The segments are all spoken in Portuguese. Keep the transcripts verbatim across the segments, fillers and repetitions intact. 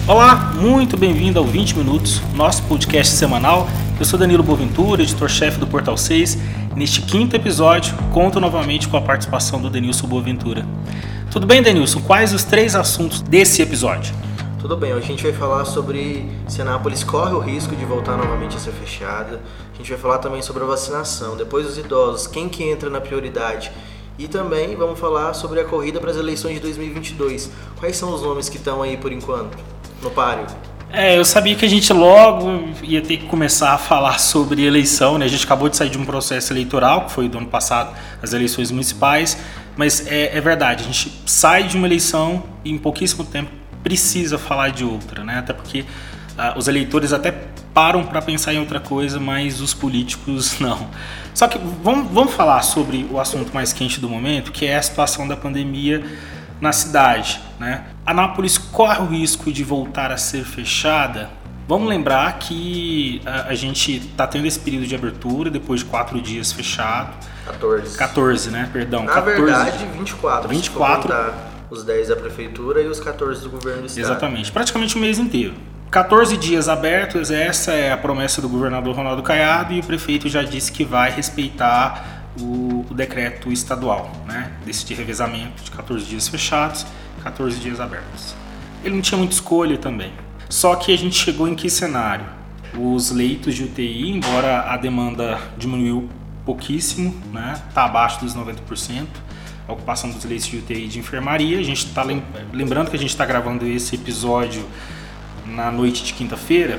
Olá, muito bem-vindo ao vinte Minutos, nosso podcast semanal. Eu sou Danilo Boaventura, editor-chefe do Portal seis. Neste quinto episódio, conto novamente com a participação do Denilson Boaventura. Tudo bem, Denilson? Quais os três assuntos desse episódio? Tudo bem, hoje a gente vai falar sobre se Anápolis corre o risco de voltar novamente a ser fechada. A gente vai falar também sobre a vacinação, depois os idosos, quem que entra na prioridade. E também vamos falar sobre a corrida para as eleições de dois mil e vinte e dois. Quais são os nomes que estão aí por enquanto no páreo? É, eu sabia que a gente logo ia ter que começar a falar sobre eleição, né? A gente acabou de sair de um processo eleitoral, que foi do ano passado, as eleições municipais, mas é, é verdade, a gente sai de uma eleição e em pouquíssimo tempo precisa falar de outra, né? Até porque ah, os eleitores até param para pensar em outra coisa, mas os políticos não. Só que vamos, vamos falar sobre o assunto mais quente do momento, que é a situação da pandemia na cidade, né? Anápolis corre o risco de voltar a ser fechada. Vamos lembrar que a, a gente está tendo esse período de abertura depois de quatro dias fechado. quatorze. quatorze, né? Perdão. Na quatorze, verdade, vinte e quatro. vinte e quatro. Se for contar os dez da prefeitura e os quatorze do governo do estado. Exatamente, praticamente o mês inteiro. quatorze dias abertos, essa é a promessa do governador Ronaldo Caiado e o prefeito já disse que vai respeitar o, o decreto estadual, né? Desse de revezamento de quatorze dias fechados, quatorze dias abertos. Ele não tinha muita escolha também. Só que a gente chegou em que cenário? Os leitos de U T I, embora a demanda diminuiu pouquíssimo, né? Está abaixo dos noventa por cento, a ocupação dos leitos de U T I de enfermaria. A gente está lembrando que a gente está gravando esse episódio na noite de quinta-feira,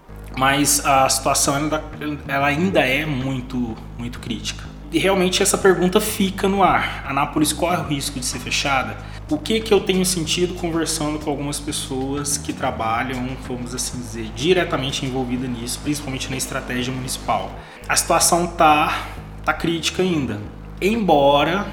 mas a situação ela, ela ainda é muito, muito crítica. E realmente essa pergunta fica no ar. Anápolis corre o risco de ser fechada? O que que eu tenho sentido conversando com algumas pessoas que trabalham, vamos assim dizer, diretamente envolvidas nisso, principalmente na estratégia municipal? A situação tá, tá crítica ainda. Embora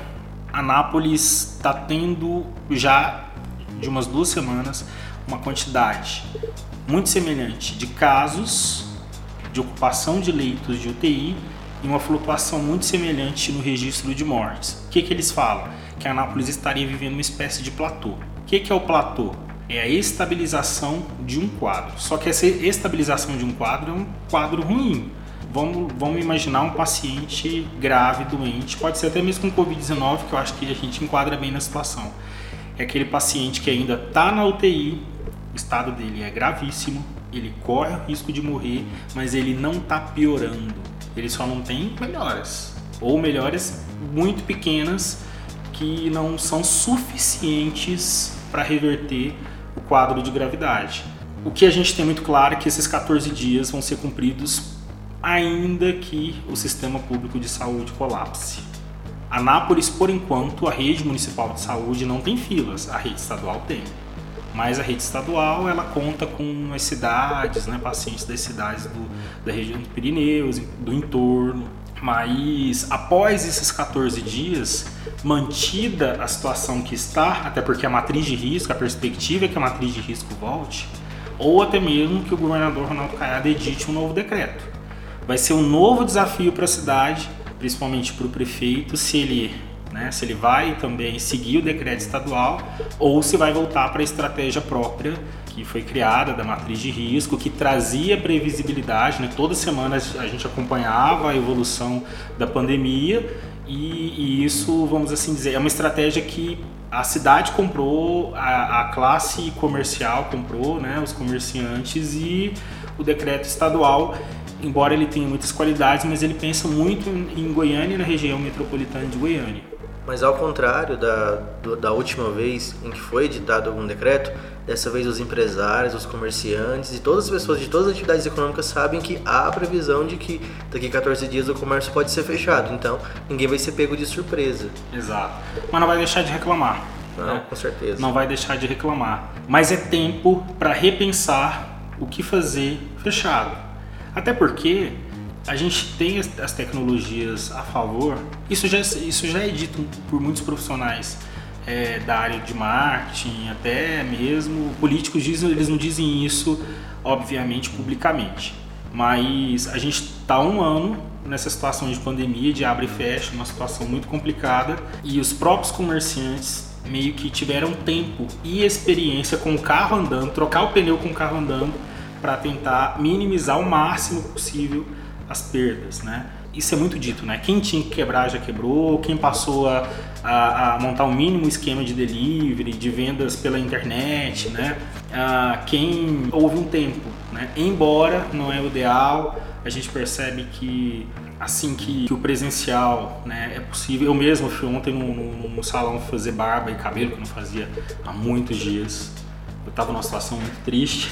Anápolis está tendo já de umas duas semanas uma quantidade muito semelhante de casos de ocupação de leitos de U T I e uma flutuação muito semelhante no registro de mortes. O que que eles falam? Que a Anápolis estaria vivendo uma espécie de platô. O que que é o platô? É a estabilização de um quadro. Só que essa estabilização de um quadro é um quadro ruim. Vamos, vamos imaginar um paciente grave, doente, pode ser até mesmo com covid dezenove, que eu acho que a gente enquadra bem na situação. É aquele paciente que ainda está na U T I, o estado dele é gravíssimo, ele corre o risco de morrer, mas ele não está piorando, ele só não tem melhoras, ou melhoras muito pequenas que não são suficientes para reverter o quadro de gravidade. O que a gente tem muito claro é que esses quatorze dias vão ser cumpridos ainda que o sistema público de saúde colapse. Anápolis, por enquanto, a rede municipal de saúde não tem filas, a rede estadual tem. Mas a rede estadual, ela conta com as cidades, né, pacientes das cidades do, da região do Pirineus, do entorno. Mas após esses quatorze dias, mantida a situação que está, até porque a matriz de risco, a perspectiva é que a matriz de risco volte, ou até mesmo que o governador Ronaldo Caiado edite um novo decreto. Vai ser um novo desafio para a cidade, principalmente para o prefeito, se ele, né, se ele vai também seguir o decreto estadual ou se vai voltar para a estratégia própria que foi criada da matriz de risco, que trazia previsibilidade, né? Toda semana a gente acompanhava a evolução da pandemia e, e isso, vamos assim dizer, é uma estratégia que a cidade comprou, a, a classe comercial comprou, né, os comerciantes, e o decreto estadual, embora ele tenha muitas qualidades, mas ele pensa muito em Goiânia e na região metropolitana de Goiânia. Mas ao contrário da, do, da última vez em que foi editado algum decreto, dessa vez os empresários, os comerciantes e todas as pessoas de todas as atividades econômicas sabem que há a previsão de que daqui a quatorze dias o comércio pode ser fechado, então ninguém vai ser pego de surpresa. Exato, mas não vai deixar de reclamar. Não, né? Com certeza. Não vai deixar de reclamar, mas é tempo para repensar o que fazer fechado. Até porque a gente tem as tecnologias a favor, isso já, isso já é dito por muitos profissionais é, da área de marketing, até mesmo políticos dizem, eles não dizem isso, obviamente, publicamente. Mas a gente está um ano nessa situação de pandemia, de abre e fecha, uma situação muito complicada, e os próprios comerciantes meio que tiveram tempo e experiência com o carro andando, trocar o pneu com o carro andando, para tentar minimizar o máximo possível as perdas, né? Isso é muito dito, né? Quem tinha que quebrar já quebrou, quem passou a, a, a montar um mínimo esquema de delivery, de vendas pela internet, né? Ah, quem houve um tempo, né? Embora não é o ideal, a gente percebe que assim que, que o presencial, né, é possível. Eu mesmo fui ontem no, no, no salão fazer barba e cabelo, que eu não fazia há muitos dias. Eu estava numa situação muito triste.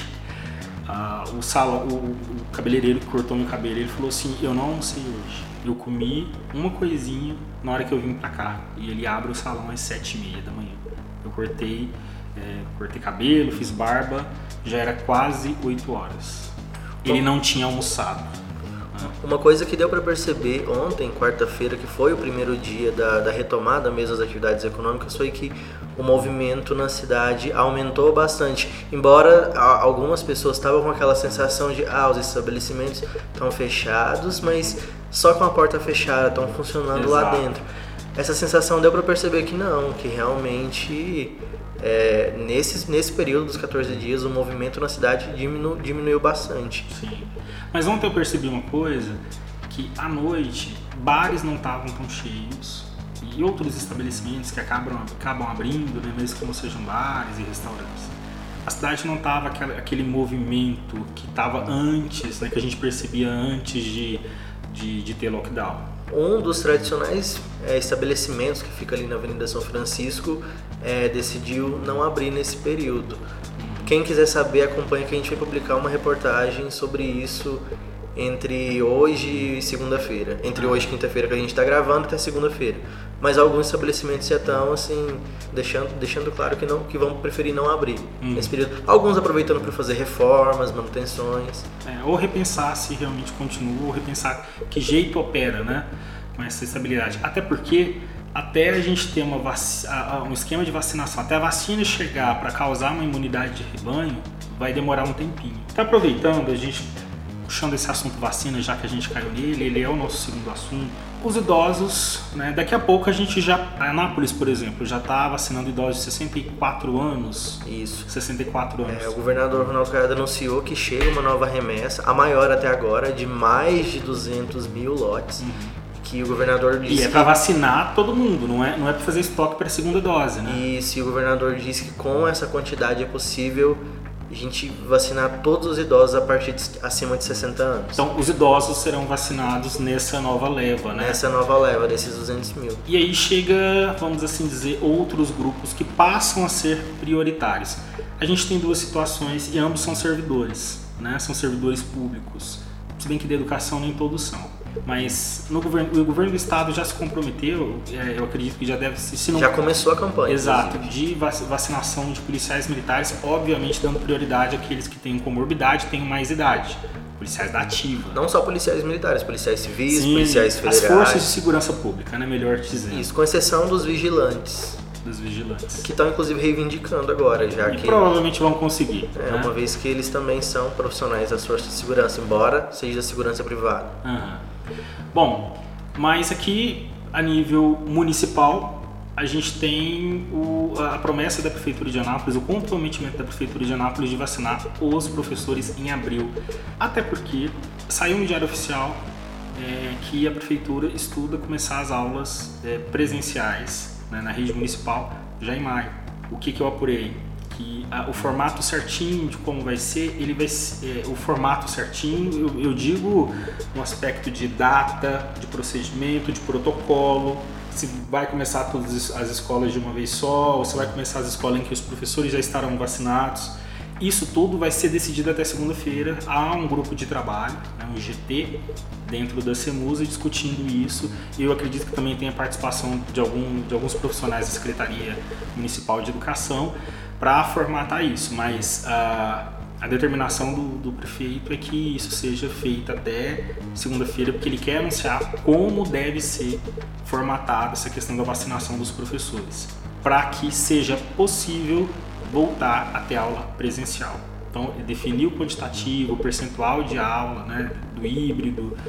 Ah, o, salão, o, o cabeleireiro que cortou meu cabelo, ele falou assim: eu não almocei hoje, eu comi uma coisinha na hora que eu vim pra cá. E ele abre o salão às sete e meia da manhã. Eu cortei, é, cortei cabelo, fiz barba, já era quase oito horas. Ele não tinha almoçado. Uma coisa que deu para perceber ontem, quarta-feira, que foi o primeiro dia da, da retomada mesmo das atividades econômicas, foi que o movimento na cidade aumentou bastante. Embora a, algumas pessoas estavam com aquela sensação de ah, os estabelecimentos estão fechados, mas só com a porta fechada, estão funcionando. Exato. Lá dentro. Essa sensação deu para perceber que não, que realmente é, nesse, nesse período dos quatorze dias o movimento na cidade diminu, diminuiu bastante. Sim. Mas ontem eu percebi uma coisa, que à noite bares não estavam tão cheios e outros estabelecimentos que acabam, acabam abrindo, né, mesmo que não sejam bares e restaurantes. A cidade não estava aquele, aquele movimento que estava antes, né, que a gente percebia antes de, de, de ter lockdown. Um dos tradicionais é, estabelecimentos que fica ali na Avenida São Francisco é, decidiu não abrir nesse período. Quem quiser saber, acompanha que a gente vai publicar uma reportagem sobre isso entre hoje e segunda-feira. Entre hoje e quinta-feira que a gente está gravando até segunda-feira. Mas alguns estabelecimentos já estão assim, deixando, deixando claro que, não, que vão preferir não abrir hum. nesse período. Alguns aproveitando para fazer reformas, manutenções. É, ou repensar se realmente continua, ou repensar que jeito opera, né, com essa estabilidade. Até porque até a gente ter uma vac... um esquema de vacinação, até a vacina chegar para causar uma imunidade de rebanho, vai demorar um tempinho. Então, aproveitando, a gente puxando esse assunto vacina, já que a gente caiu nele, ele é o nosso segundo assunto. Os idosos, né, daqui a pouco a gente já, a Anápolis, por exemplo, já está vacinando idosos de sessenta e quatro anos. Isso. sessenta e quatro anos. É, o governador Ronaldo Caiado anunciou que chega uma nova remessa, a maior até agora, de mais de duzentos mil lotes. Uhum. Que o governador disse. E é para vacinar todo mundo, não é, não é para fazer estoque para a segunda dose, né? E se o governador disse que com essa quantidade é possível a gente vacinar todos os idosos a partir de acima de sessenta anos. Então, os idosos serão vacinados nessa nova leva, né? Nessa nova leva, desses duzentos mil. E aí chega, vamos assim dizer, outros grupos que passam a ser prioritários. A gente tem duas situações e ambos são servidores, né? São servidores públicos. Se bem que da educação nem todos são. Mas no governo, o governo do estado já se comprometeu, é, eu acredito que já deve se, se não... Já começou a campanha. Exato, de vacinação de policiais militares, obviamente dando prioridade àqueles que têm comorbidade, tenham mais idade. Policiais da ativa. Não só policiais militares, policiais civis, Sim, policiais federais. As forças de segurança pública, né, melhor dizendo. Isso, com exceção dos vigilantes. Dos vigilantes. Que estão inclusive reivindicando agora, já e que... provavelmente vão conseguir. É, né? Uma vez que eles também são profissionais das forças de segurança, embora seja da segurança privada. Uhum. Bom, mas aqui a nível municipal a gente tem o, a promessa da Prefeitura de Anápolis, o comprometimento da Prefeitura de Anápolis de vacinar os professores em abril. Até porque saiu no Diário Oficial é, que a Prefeitura estuda começar as aulas é, presenciais, né, na rede municipal já em maio. O que, que eu apurei? Que a, o formato certinho de como vai ser, ele vai ser, é, o formato certinho, eu, eu digo no aspecto de data, de procedimento, de protocolo, se vai começar todas as escolas de uma vez só, ou se vai começar as escolas em que os professores já estarão vacinados. Isso tudo vai ser decidido até segunda-feira. Há um grupo de trabalho, né, um G T, dentro da CEMUSA discutindo isso. Eu acredito que também tem a participação de, algum, de alguns profissionais da Secretaria Municipal de Educação para formatar isso, mas a, a determinação do, do prefeito é que isso seja feito até segunda-feira, porque ele quer anunciar como deve ser formatada essa questão da vacinação dos professores, para que seja possível voltar até aula presencial. Então, definir o quantitativo, o percentual de aula, né, do híbrido,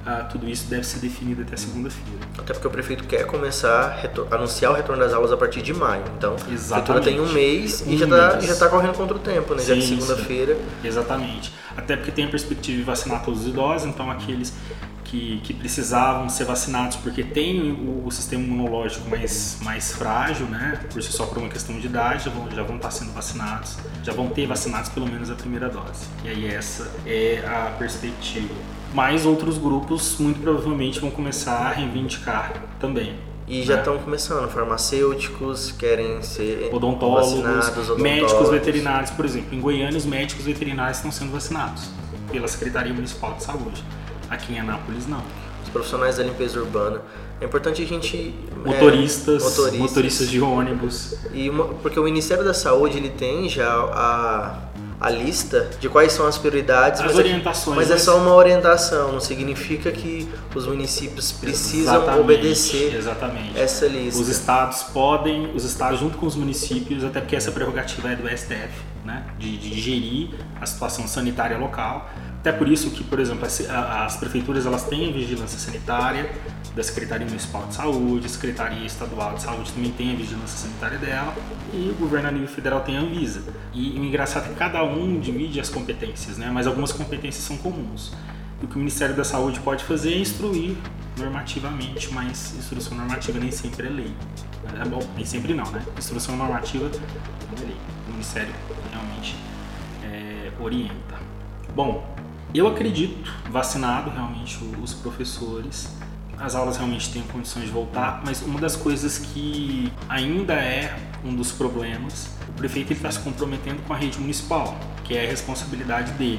ah, tudo isso deve ser definido até segunda-feira. Até porque o prefeito quer começar a anunciar o retorno das aulas a partir de maio. Então, exatamente. A prefeitura tem um mês um e já está já tá correndo contra o tempo, né? Sim, já de segunda-feira. Exatamente. Até porque tem a perspectiva de vacinar todos os idosos, então aqueles que, que precisavam ser vacinados porque tem o, o sistema imunológico mais, mais frágil, né? Por si só por uma questão de idade, já vão, já vão estar sendo vacinados, já vão ter vacinados pelo menos a primeira dose. E aí essa é a perspectiva. Mas outros grupos muito provavelmente vão começar a reivindicar também. E já estão né? começando, farmacêuticos querem ser odontólogos, vacinados, odontólogos, médicos veterinários, por exemplo. Em Goiânia, os médicos veterinários estão sendo vacinados pela Secretaria Municipal de Saúde. Aqui em Anápolis, não. Os profissionais da limpeza urbana. É importante a gente... Motoristas, é, motoristas, motoristas de ônibus. E uma, porque o Ministério da Saúde ele tem já a... a lista de quais são as prioridades, as mas, orientações, é, mas é só uma orientação, não significa que os municípios precisam exatamente, obedecer exatamente. essa lista. Os estados podem, os estados junto com os municípios, até porque essa prerrogativa é do S T F, né, de, de gerir a situação sanitária local. Até por isso que, por exemplo, as, as prefeituras elas têm vigilância sanitária da Secretaria Municipal de Saúde, a Secretaria Estadual de Saúde também tem a vigilância sanitária dela e o governo a nível federal tem a Anvisa. E o engraçado é que cada um divide as competências, né? Mas algumas competências são comuns. E o que o Ministério da Saúde pode fazer é instruir normativamente, mas instrução normativa nem sempre é lei. É bom, nem sempre não, né? Instrução normativa não é lei. O Ministério realmente é, orienta. Bom, eu acredito, vacinado realmente os professores, as aulas realmente têm condições de voltar, mas uma das coisas que ainda é um dos problemas, o prefeito está se comprometendo com a rede municipal, que é a responsabilidade dele.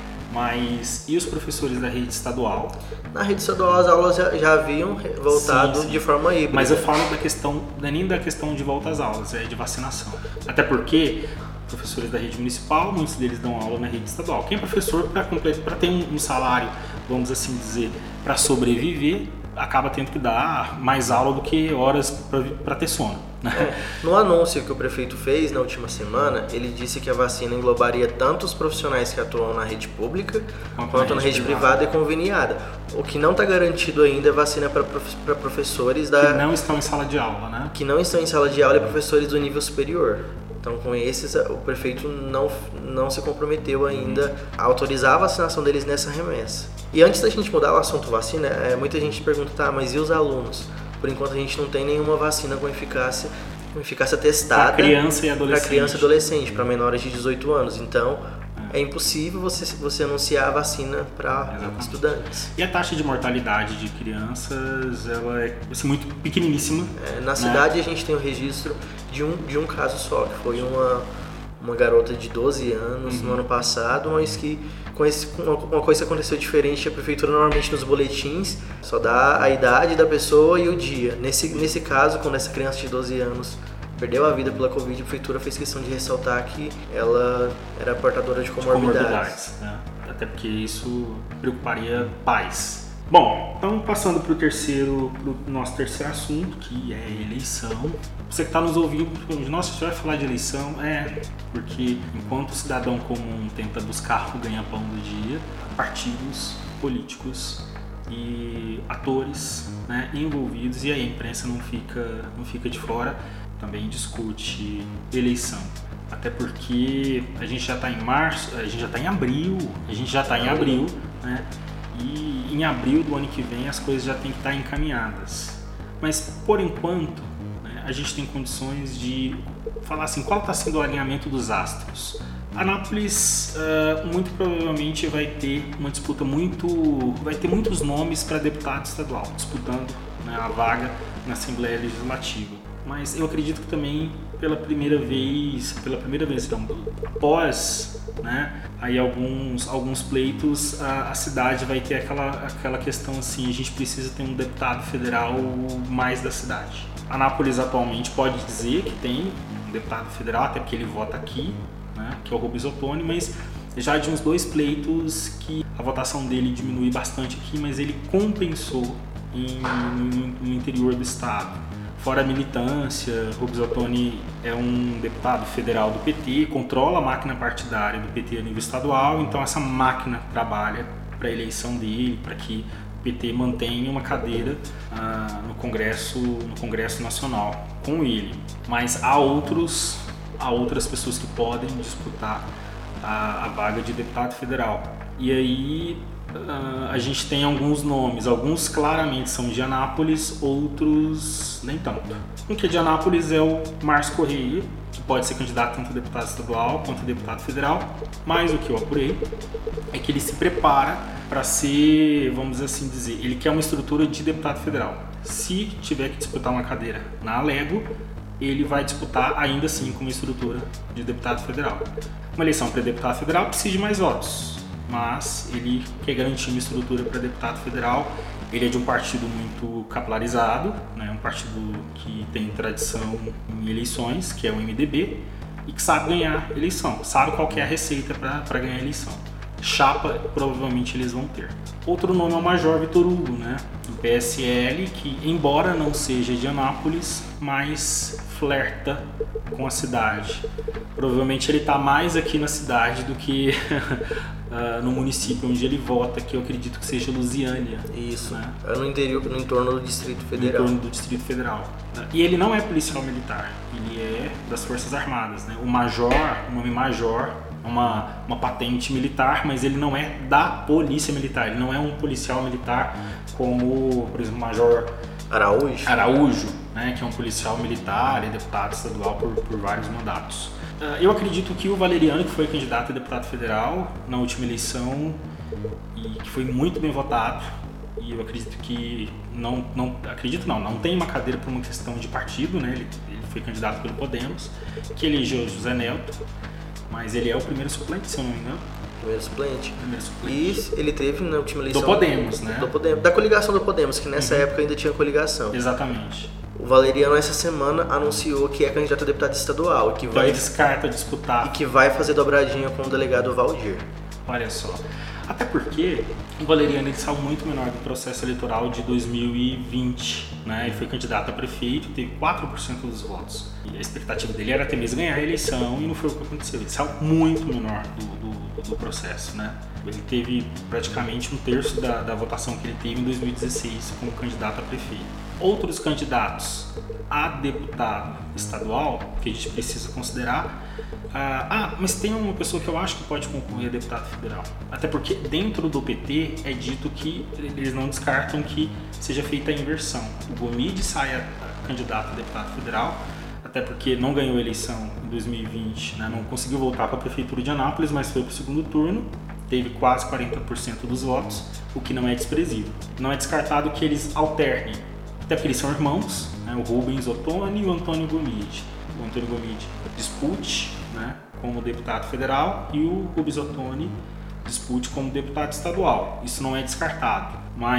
Mas e os professores da rede estadual? Na rede estadual as aulas já, já haviam voltado sim, sim. de forma híbrida. Mas eu falo da questão, não é nem da questão de volta às aulas, é de vacinação. Até porque professores da rede municipal, muitos deles dão aula na rede estadual. Quem é professor, para ter um, um salário, vamos assim dizer, para sobreviver, acaba tendo que dar mais aula do que horas para ter sono. Né? É, no anúncio que o prefeito fez na última semana, ele disse que a vacina englobaria tanto os profissionais que atuam na rede pública quanto, quanto na rede privada. privada e conveniada. O que não está garantido ainda é vacina para prof, professores da... que não estão em sala de aula, né? Que não estão em sala de aula e professores do nível superior. Então, com esses, o prefeito não, não se comprometeu ainda a autorizar a vacinação deles nessa remessa. E antes da gente mudar o assunto vacina, é, muita gente pergunta, tá, mas e os alunos? Por enquanto a gente não tem nenhuma vacina com eficácia, com eficácia testada para criança e adolescente. Para criança e adolescente, para menores de dezoito anos. Então, é, é impossível você, você anunciar a vacina para estudantes. E a taxa de mortalidade de crianças, ela é assim, muito pequeniníssima. É, na cidade né? a gente tem o registro de um, de um caso só, que foi uma, uma garota de doze anos uhum. no ano passado, mas que com esse, uma, uma coisa que aconteceu diferente, a prefeitura normalmente nos boletins só dá a idade da pessoa e o dia. Nesse, nesse caso, quando essa criança de doze anos perdeu a vida pela Covid, a prefeitura fez questão de ressaltar que ela era portadora de comorbidades. De comorbidades, né? Até porque isso preocuparia pais. Bom, então passando para o terceiro, pro nosso terceiro assunto, que é eleição. Você que está nos ouvindo, nossa, você vai falar de eleição? É, porque enquanto o cidadão comum tenta buscar o ganha-pão do dia, partidos políticos e atores né, envolvidos, e a imprensa não fica, não fica de fora, também discute eleição. Até porque a gente já está em março, a gente já está em abril, a gente já está em abril, né? E em abril do ano que vem as coisas já têm que estar encaminhadas. Mas por enquanto, né, a gente tem condições de falar assim, qual está sendo o alinhamento dos astros. Anápolis uh, muito provavelmente vai ter uma disputa muito, vai ter muitos nomes para deputado estadual disputando né, a vaga na Assembleia Legislativa. Mas eu acredito que também pela primeira vez, pela primeira vez então, após né, aí alguns, alguns pleitos, a, a cidade vai ter aquela, aquela questão assim, a gente precisa ter um deputado federal mais da cidade. Anápolis atualmente pode dizer que tem um deputado federal, até porque ele vota aqui, né, que é o Rubens Ottoni, mas já de uns dois pleitos que a votação dele diminui bastante aqui, mas ele compensou em, no, no interior do estado. Fora a militância, Rubens Ottoni é um deputado federal do P T, controla a máquina partidária do P T a nível estadual, então essa máquina trabalha para a eleição dele, para que P T mantém uma cadeira ah, no Congresso, no Congresso Nacional com ele, mas há outros, há outras pessoas que podem disputar a, a vaga de deputado federal. E aí ah, a gente tem alguns nomes, alguns claramente são de Anápolis, outros nem tanto. Um que é de Anápolis é o Márcio Correia, que pode ser candidato tanto a deputado estadual quanto a deputado federal, mas o que eu apurei é que ele se prepara para ser, vamos assim dizer, ele quer uma estrutura de deputado federal. Se tiver que disputar uma cadeira na Alego, ele vai disputar ainda assim com uma estrutura de deputado federal. Uma eleição para deputado federal precisa de mais votos, mas ele quer garantir uma estrutura para deputado federal. Ele é de um partido muito capilarizado, né, um partido que tem tradição em eleições, que é o M D B, e que sabe ganhar eleição, sabe qual que é a receita para ganhar eleição. Chapa, provavelmente eles vão ter. Outro nome é o Major Vitor Hugo, né, do P S L, que embora não seja de Anápolis, mas flerta com a cidade. Provavelmente ele está mais aqui na cidade do que uh, no município onde ele vota, que eu acredito que seja Lusiânia. Isso, né? É no interior, no entorno do Distrito Federal. No entorno do Distrito Federal. E ele não é policial militar, ele é das Forças Armadas, né? O Major, o nome Major, é uma, uma patente militar, mas ele não é da Polícia Militar, ele não é um policial militar como, por exemplo, o Major Araújo, Araújo, né, que é um policial militar e deputado estadual por, por vários mandatos. Uh, eu acredito que o Valeriano, que foi candidato a deputado federal na última eleição e que foi muito bem votado, e eu acredito que não, não acredito não, não tem uma cadeira por uma questão de partido, né? Ele, ele foi candidato pelo Podemos, que elegeu José Nelto, mas ele é o primeiro suplente, se eu não me engano. Primeiro suplente. Primeiro suplente. E ele teve na última eleição... Do Podemos, né? Do Podemos, da coligação do Podemos, que nessa uhum. época ainda tinha coligação. Exatamente. O Valeriano, essa semana, anunciou que é candidato a deputado estadual. Que então vai, ele descarta disputar. E que vai fazer dobradinha com o delegado Valdir. Olha só. Até porque o Valeriano ele saiu muito menor do processo eleitoral de dois mil e vinte, né? Ele foi candidato a prefeito e teve quatro por cento dos votos. E a expectativa dele era até mesmo ganhar a eleição e não foi o que aconteceu. Ele saiu muito menor do, do, do processo, né? Ele teve praticamente um terço da, da votação que ele teve em dois mil e dezesseis como candidato a prefeito. Outros candidatos a deputado estadual, que a gente precisa considerar, ah, ah, mas tem uma pessoa que eu acho que pode concorrer a deputado federal. Até porque dentro do P T é dito que eles não descartam que seja feita a inversão. O Gomide sai a, a candidato a deputado federal, até porque não ganhou a eleição em dois mil e vinte, né? Não conseguiu voltar para a prefeitura de Anápolis, mas foi para o segundo turno, teve quase quarenta por cento dos votos, o que não é desprezível. Não é descartado que eles alternem, até porque eles são irmãos, né? O Rubens Ottoni e o Antônio Gomide. O Antônio Gomide dispute, né, como deputado federal e o Rubens Ottoni dispute como deputado estadual. Isso não é descartado.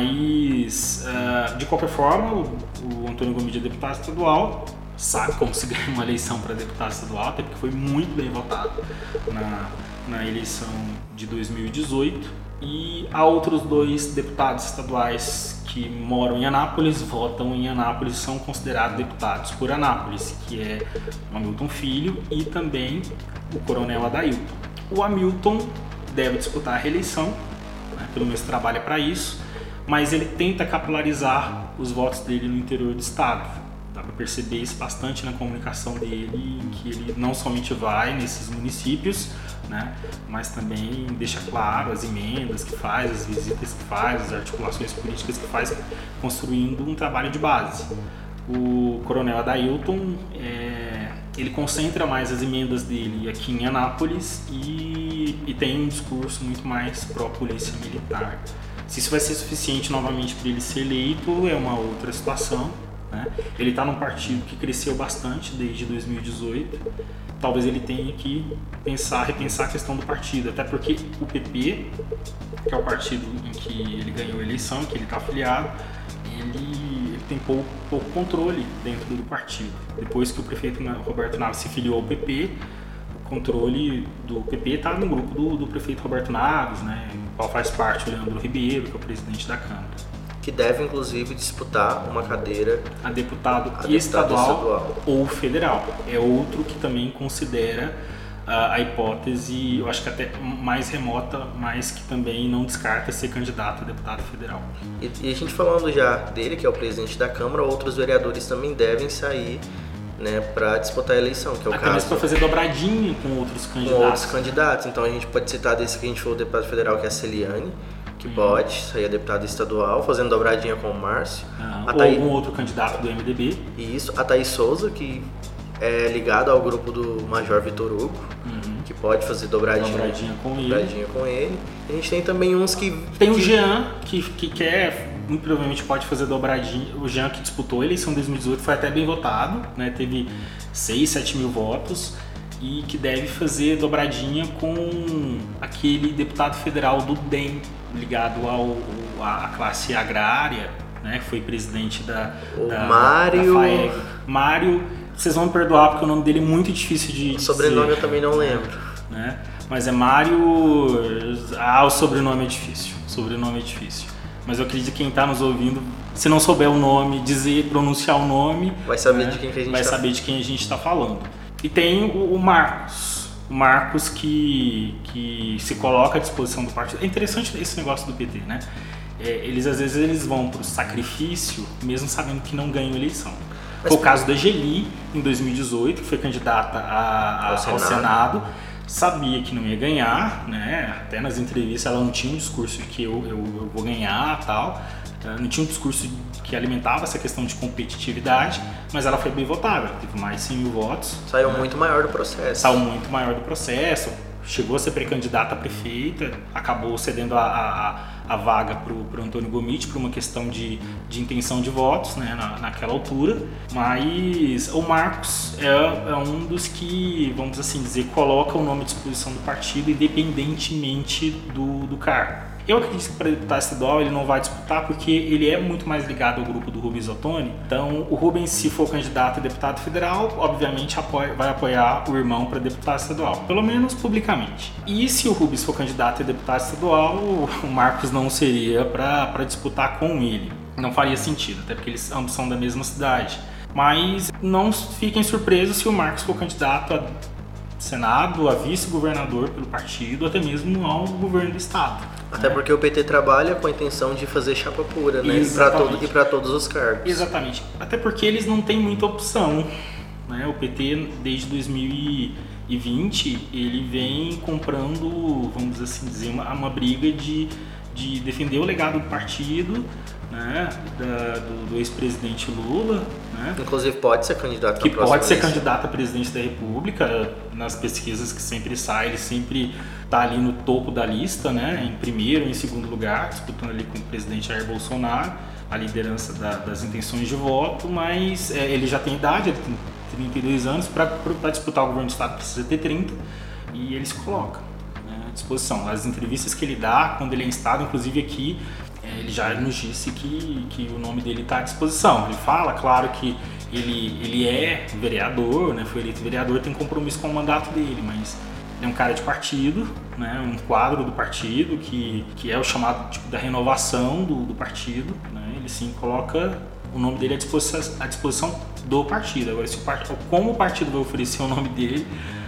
Mas, uh, de qualquer forma, o, o Antônio Gomide é deputado estadual, sabe como se ganha uma eleição para deputado estadual, até porque foi muito bem votado na, na eleição de dois mil e dezoito. E há outros dois deputados estaduais que moram em Anápolis, votam em Anápolis, são considerados deputados por Anápolis, que é o Hamilton Filho e também o Coronel Adailton. O Hamilton deve disputar a reeleição, né, pelo menos trabalha para isso, mas ele tenta capilarizar os votos dele no interior do estado. Dá para perceber isso bastante na comunicação dele, em que ele não somente vai nesses municípios, né, mas também deixa claro as emendas que faz, as visitas que faz, as articulações políticas que faz, construindo um trabalho de base. O Coronel Adailton, é, ele concentra mais as emendas dele aqui em Anápolis e, e tem um discurso muito mais pró-polícia militar. Se isso vai ser suficiente novamente para ele ser eleito é uma outra situação, né? Ele está num partido que cresceu bastante desde dois mil e dezoito. Talvez ele tenha que pensar, repensar a questão do partido, até porque o P P, que é o partido em que ele ganhou a eleição, que ele está afiliado, ele, ele tem pouco, pouco controle dentro do partido. Depois que o prefeito Roberto Naves se filiou ao P P, o controle do P P está no grupo do, do prefeito Roberto Naves, né, no qual faz parte o Leandro Ribeiro, que é o presidente da Câmara. Que deve, inclusive, disputar uma cadeira a deputado, a deputado estadual, estadual ou federal. É outro que também considera a, a hipótese, eu acho que até mais remota, mas que também não descarta ser candidato a deputado federal. E, e a gente falando já dele, que é o presidente da Câmara, outros vereadores também devem sair, né, para disputar a eleição, que é o Até caso... mesmo para fazer dobradinha com outros candidatos. Com outros candidatos, então a gente pode citar desse que a gente falou, o deputado federal, que é a Celiane, que hum. pode sair a deputada estadual, fazendo dobradinha com o Márcio. Ah, a ou Thaí... algum outro candidato do M D B. Isso, a Thaís Souza, que é ligada ao grupo do Major Vitor Hugo, uhum. que pode fazer dobradinha, dobradinha, com, dobradinha ele. com ele. A gente tem também uns que... Tem que... o Jean, que, que quer, muito provavelmente pode fazer dobradinha. O Jean, que disputou a eleição de dois mil e dezoito, foi até bem votado, né? Teve seis, sete mil votos, e que deve fazer dobradinha com aquele deputado federal do D E M, ligado ao, à classe agrária, né? Que foi presidente da, o da, Mário... da FAEG. Mário, vocês vão me perdoar porque o nome dele é muito difícil de O sobrenome dizer, eu também não lembro. Né? Mas é Mário... Ah, o sobrenome é difícil. O sobrenome é difícil. Mas eu acredito que quem está nos ouvindo, se não souber o nome, dizer, pronunciar o nome... Vai saber, né? de, quem que a gente vai tá... saber de quem a gente está falando. E tem o, o Marcos. O Marcos que, que se coloca à disposição do partido. É interessante esse negócio do P T, né? É, eles às vezes eles vão para o sacrifício, mesmo sabendo que não ganham eleição. Mas, foi o caso da Geli, em dois mil e dezoito, que foi candidata a, a, ao, Senado. ao Senado, sabia que não ia ganhar, né? Até nas entrevistas ela não tinha um discurso de que eu, eu, eu vou ganhar e tal, não tinha um discurso que alimentava essa questão de competitividade, mas ela foi bem votada, ela teve mais de cem mil votos. Saiu né? muito maior do processo. Saiu muito maior do processo, chegou a ser pré-candidata a prefeita, acabou cedendo a, a a vaga para o Antônio Gomide por uma questão de, de intenção de votos, né, na, naquela altura, mas o Marcos é, é um dos que, vamos assim dizer, coloca o nome à disposição do partido independentemente do, do cargo. Eu acredito que para deputado estadual ele não vai disputar porque ele é muito mais ligado ao grupo do Rubens Ottoni. Então, o Rubens, se for candidato a deputado federal, obviamente apoia, vai apoiar o irmão para deputado estadual, pelo menos publicamente. E se o Rubens for candidato a deputado estadual, o Marcos não seria para disputar com ele. Não faria sentido, até porque eles ambos são da mesma cidade. Mas não fiquem surpresos se o Marcos for candidato a Senado, a vice-governador pelo partido, até mesmo ao governo do estado. Até né? porque o P T trabalha com a intenção de fazer chapa pura, né? E para todo, e para todos os cargos. Exatamente. Até porque eles não têm muita opção, né? O P T, desde dois mil e vinte, ele vem comprando, vamos assim dizer, uma, uma briga de, de defender o legado do partido, né? Da, do, do ex-presidente Lula, né? Inclusive pode ser candidato que pode ser eleição. candidato a presidente da República. Nas pesquisas que sempre sai, ele sempre está ali no topo da lista, né? Em primeiro, em segundo lugar, disputando ali com o presidente Jair Bolsonaro a liderança da, das intenções de voto, mas é, ele já tem idade, ele tem trinta e dois anos, para disputar o governo do estado precisa ter trinta, e ele se coloca, né, à disposição. As entrevistas que ele dá, quando ele é em estado, inclusive aqui, ele já nos disse que, que o nome dele está à disposição. Ele fala, claro, que ele, ele é vereador, né, foi eleito vereador, tem compromisso com o mandato dele, mas ele é um cara de partido, né, um quadro do partido, que, que é o chamado tipo, da renovação do, do partido. Né, ele sim coloca o nome dele à disposição, à disposição do partido. Agora, se o part... como o partido vai oferecer o nome dele,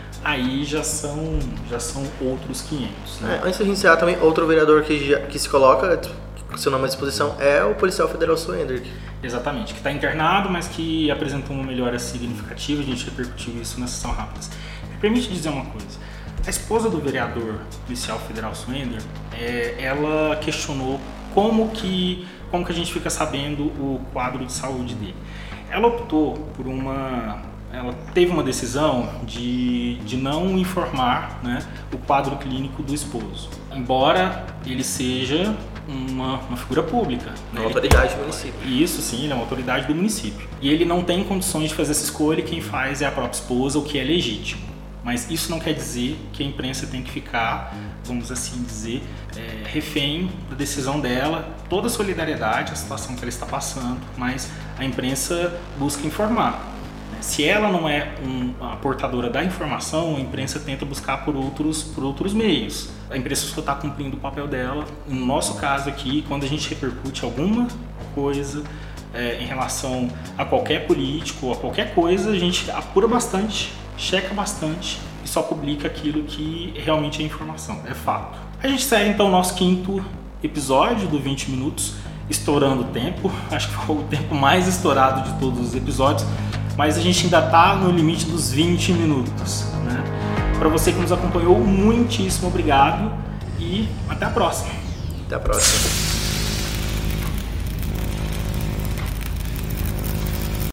aí já são, já são outros quinhentos. Né? É, antes da gente encerrar também, outro vereador que, já, que se coloca com seu nome à disposição é o policial federal Suender. Exatamente, que está internado, mas que apresentou uma melhora significativa. A gente repercutiu isso na sessão rápida. Me permite dizer uma coisa. A esposa do vereador policial federal Suender, é, ela questionou como que, como que a gente fica sabendo o quadro de saúde dele. Ela optou por uma... Ela teve uma decisão de, de não informar, né, o quadro clínico do esposo, embora ele seja uma, uma figura pública. Né? Uma autoridade do município. Isso sim, ele é uma autoridade do município. E ele não tem condições de fazer essa escolha, quem faz é a própria esposa, o que é legítimo. Mas isso não quer dizer que a imprensa tem que ficar, vamos assim dizer, é, refém da decisão dela, toda a solidariedade, a situação que ela está passando, mas a imprensa busca informar. Se ela não é um, a portadora da informação, a imprensa tenta buscar por outros, por outros meios. A imprensa só está cumprindo o papel dela. No nosso caso aqui, quando a gente repercute alguma coisa é, em relação a qualquer político ou a qualquer coisa, a gente apura bastante, checa bastante e só publica aquilo que realmente é informação, é fato. A gente segue então o nosso quinto episódio do vinte minutos, estourando o tempo, acho que foi o tempo mais estourado de todos os episódios, mas a gente ainda está no limite dos vinte minutos, né? Para você que nos acompanhou, muitíssimo obrigado e até a próxima. Até a próxima.